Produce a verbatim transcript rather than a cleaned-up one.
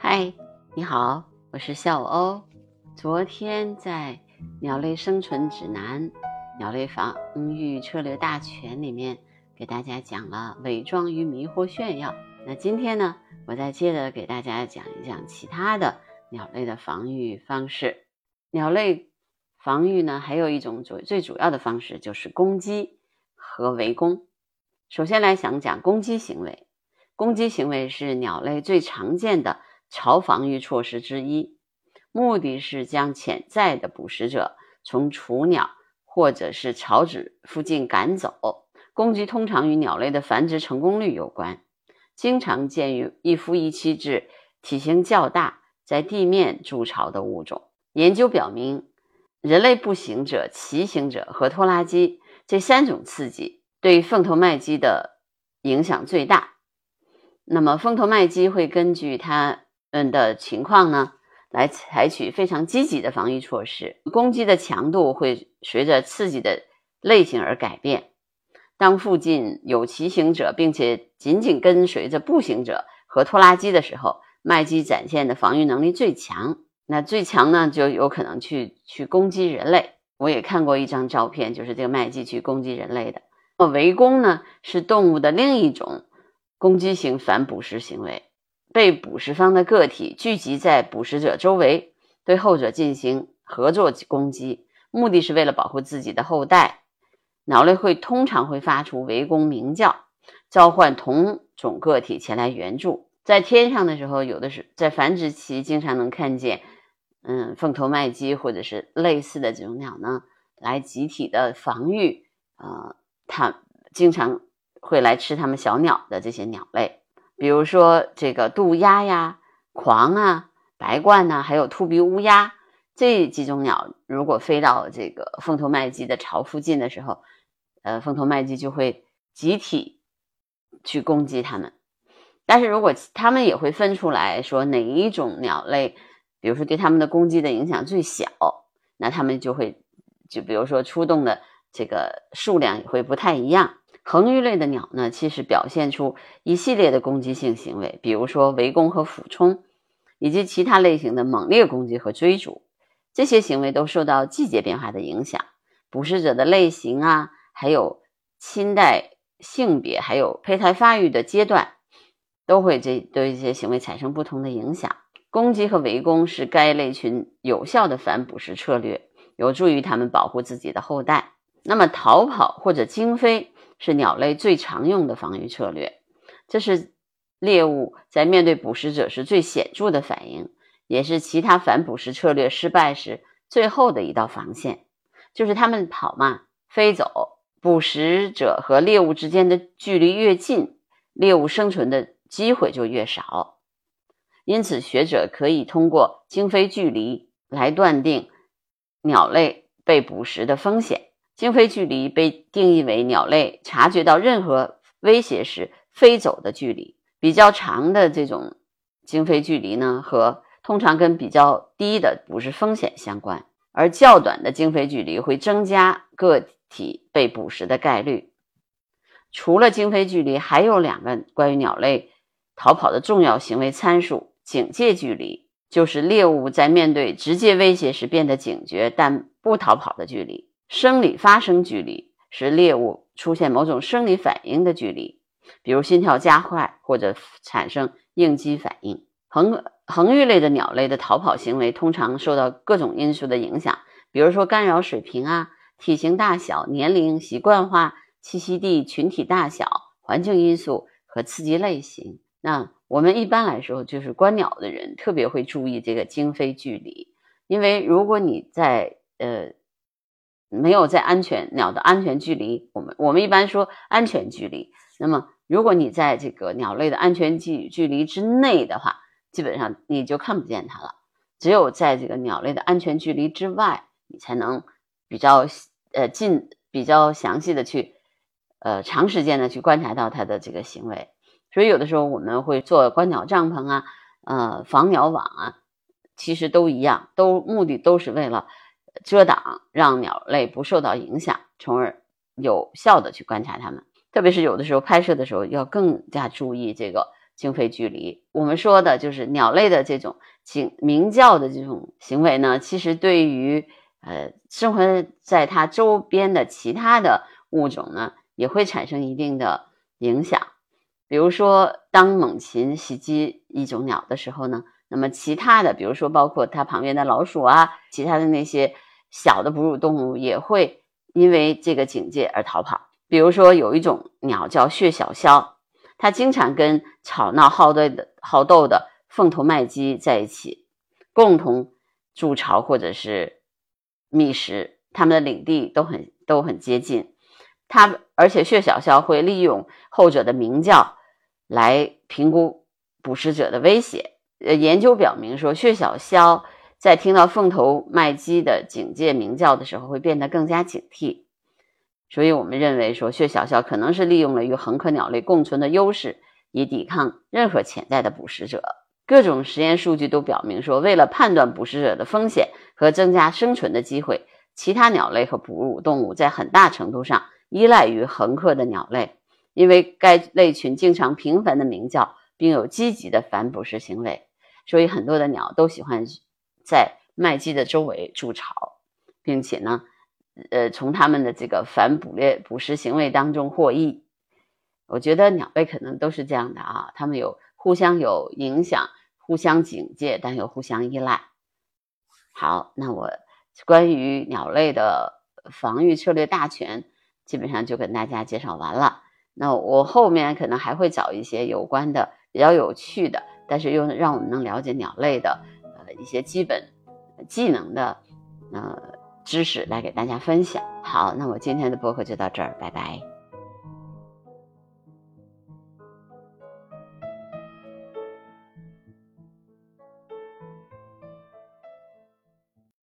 嗨，你好，我是笑欧。昨天在鸟类生存指南、鸟类防御策略大全里面给大家讲了伪装与迷惑炫耀。那今天呢，我再接着给大家讲一讲其他的鸟类的防御方式。鸟类防御呢，还有一种最主要的方式就是攻击和围攻。首先来讲讲攻击行为。攻击行为是鸟类最常见的巢防御措施之一，目的是将潜在的捕食者从雏鸟或者是巢址附近赶走。攻击通常与鸟类的繁殖成功率有关，经常见于一夫一妻制、体型较大、在地面筑巢的物种。研究表明，人类步行者、骑行者和拖拉机这三种刺激对凤头麦鸡的影响最大。那么凤头麦鸡会根据它们的情况呢，来采取非常积极的防御措施。攻击的强度会随着刺激的类型而改变。当附近有骑行者，并且紧紧跟随着步行者和拖拉机的时候，麦鸡展现的防御能力最强。那最强呢，就有可能去去攻击人类。我也看过一张照片，就是这个麦鸡去攻击人类的。那围攻呢，是动物的另一种攻击型反捕食行为。被捕食方的个体聚集在捕食者周围，对后者进行合作攻击，目的是为了保护自己的后代。鸟类会通常会发出围攻鸣叫，召唤同种个体前来援助。在天上的时候，有的是在繁殖期经常能看见嗯，凤头麦鸡或者是类似的这种鸟呢，来集体的防御呃，它经常会来吃它们小鸟的这些鸟类。比如说这个渡鸦呀、狂啊、白鹳啊，还有秃鼻乌鸦，这几种鸟如果飞到这个凤头麦鸡的巢附近的时候，呃，凤头麦鸡就会集体去攻击它们。但是如果它们也会分出来说哪一种鸟类，比如说对它们的攻击的影响最小，那它们就会就比如说出动的这个数量也会不太一样。恒鱼类的鸟呢，其实表现出一系列的攻击性行为，比如说围攻和俯冲，以及其他类型的猛烈攻击和追逐。这些行为都受到季节变化的影响，捕食者的类型啊，还有亲代性别，还有胚胎发育的阶段，都会这对这些行为产生不同的影响。攻击和围攻是该类群有效的反捕食策略，有助于它们保护自己的后代。那么逃跑或者惊飞是鸟类最常用的防御策略，这是猎物在面对捕食者时最显著的反应，也是其他反捕食策略失败时最后的一道防线。就是它们跑嘛，飞走，捕食者和猎物之间的距离越近，猎物生存的机会就越少。因此学者可以通过惊飞距离来断定鸟类被捕食的风险。惊飞距离被定义为鸟类察觉到任何威胁时飞走的距离。比较长的这种惊飞距离呢，和通常跟比较低的捕食风险相关，而较短的惊飞距离会增加个体被捕食的概率。除了惊飞距离，还有两个关于鸟类逃跑的重要行为参数。警戒距离就是猎物在面对直接威胁时变得警觉但不逃跑的距离。生理发生距离是猎物出现某种生理反应的距离，比如心跳加快或者产生应激反应。恒恒鱼类的鸟类的逃跑行为通常受到各种因素的影响，比如说干扰水平啊、体型大小、年龄、习惯化、栖息地、群体大小、环境因素和刺激类型。那我们一般来说就是观鸟的人特别会注意这个惊飞距离，因为如果你在呃没有在安全鸟的安全距离，我们我们一般说安全距离，那么如果你在这个鸟类的安全距距离之内的话，基本上你就看不见它了。只有在这个鸟类的安全距离之外，你才能比较呃近比较详细的去呃长时间的去观察到它的这个行为。所以有的时候我们会做观鸟帐篷啊，呃防鸟网啊，其实都一样，都目的都是为了遮挡，让鸟类不受到影响，从而有效的去观察它们。特别是有的时候拍摄的时候要更加注意这个经费距离。我们说的就是鸟类的这种鸣叫的这种行为呢，其实对于呃生活在它周边的其他的物种呢，也会产生一定的影响。比如说，当猛禽袭击一种鸟的时候呢，那么其他的，比如说包括它旁边的老鼠啊，其他的那些小的哺乳动物也会因为这个警戒而逃跑。比如说有一种鸟叫血小枭，它经常跟吵闹好斗的好斗的凤头麦鸡在一起，共同筑巢或者是觅食，它们的领地都很都很接近。它而且血小枭会利用后者的鸣叫来评估捕食者的威胁。呃，研究表明说，血小枭在听到凤头麦鸡的警戒鸣叫的时候，会变得更加警惕。所以我们认为说，血小枭可能是利用了与恒可鸟类共存的优势，以抵抗任何潜在的捕食者。各种实验数据都表明说，为了判断捕食者的风险和增加生存的机会，其他鸟类和哺乳动物在很大程度上依赖于恒可的鸟类，因为该类群经常频繁的鸣叫，并有积极的反捕食行为，所以很多的鸟都喜欢在麦鸡的周围筑巢，并且呢呃，从他们的这个反捕猎捕食行为当中获益。我觉得鸟类可能都是这样的啊，它们有互相有影响，互相警戒，但又互相依赖。好，那我关于鸟类的防御策略大全基本上就跟大家介绍完了。那我后面可能还会找一些有关的比较有趣的，但是又让我们能了解鸟类的呃一些基本技能的呃知识来给大家分享。好，那我今天的播客就到这儿，拜拜。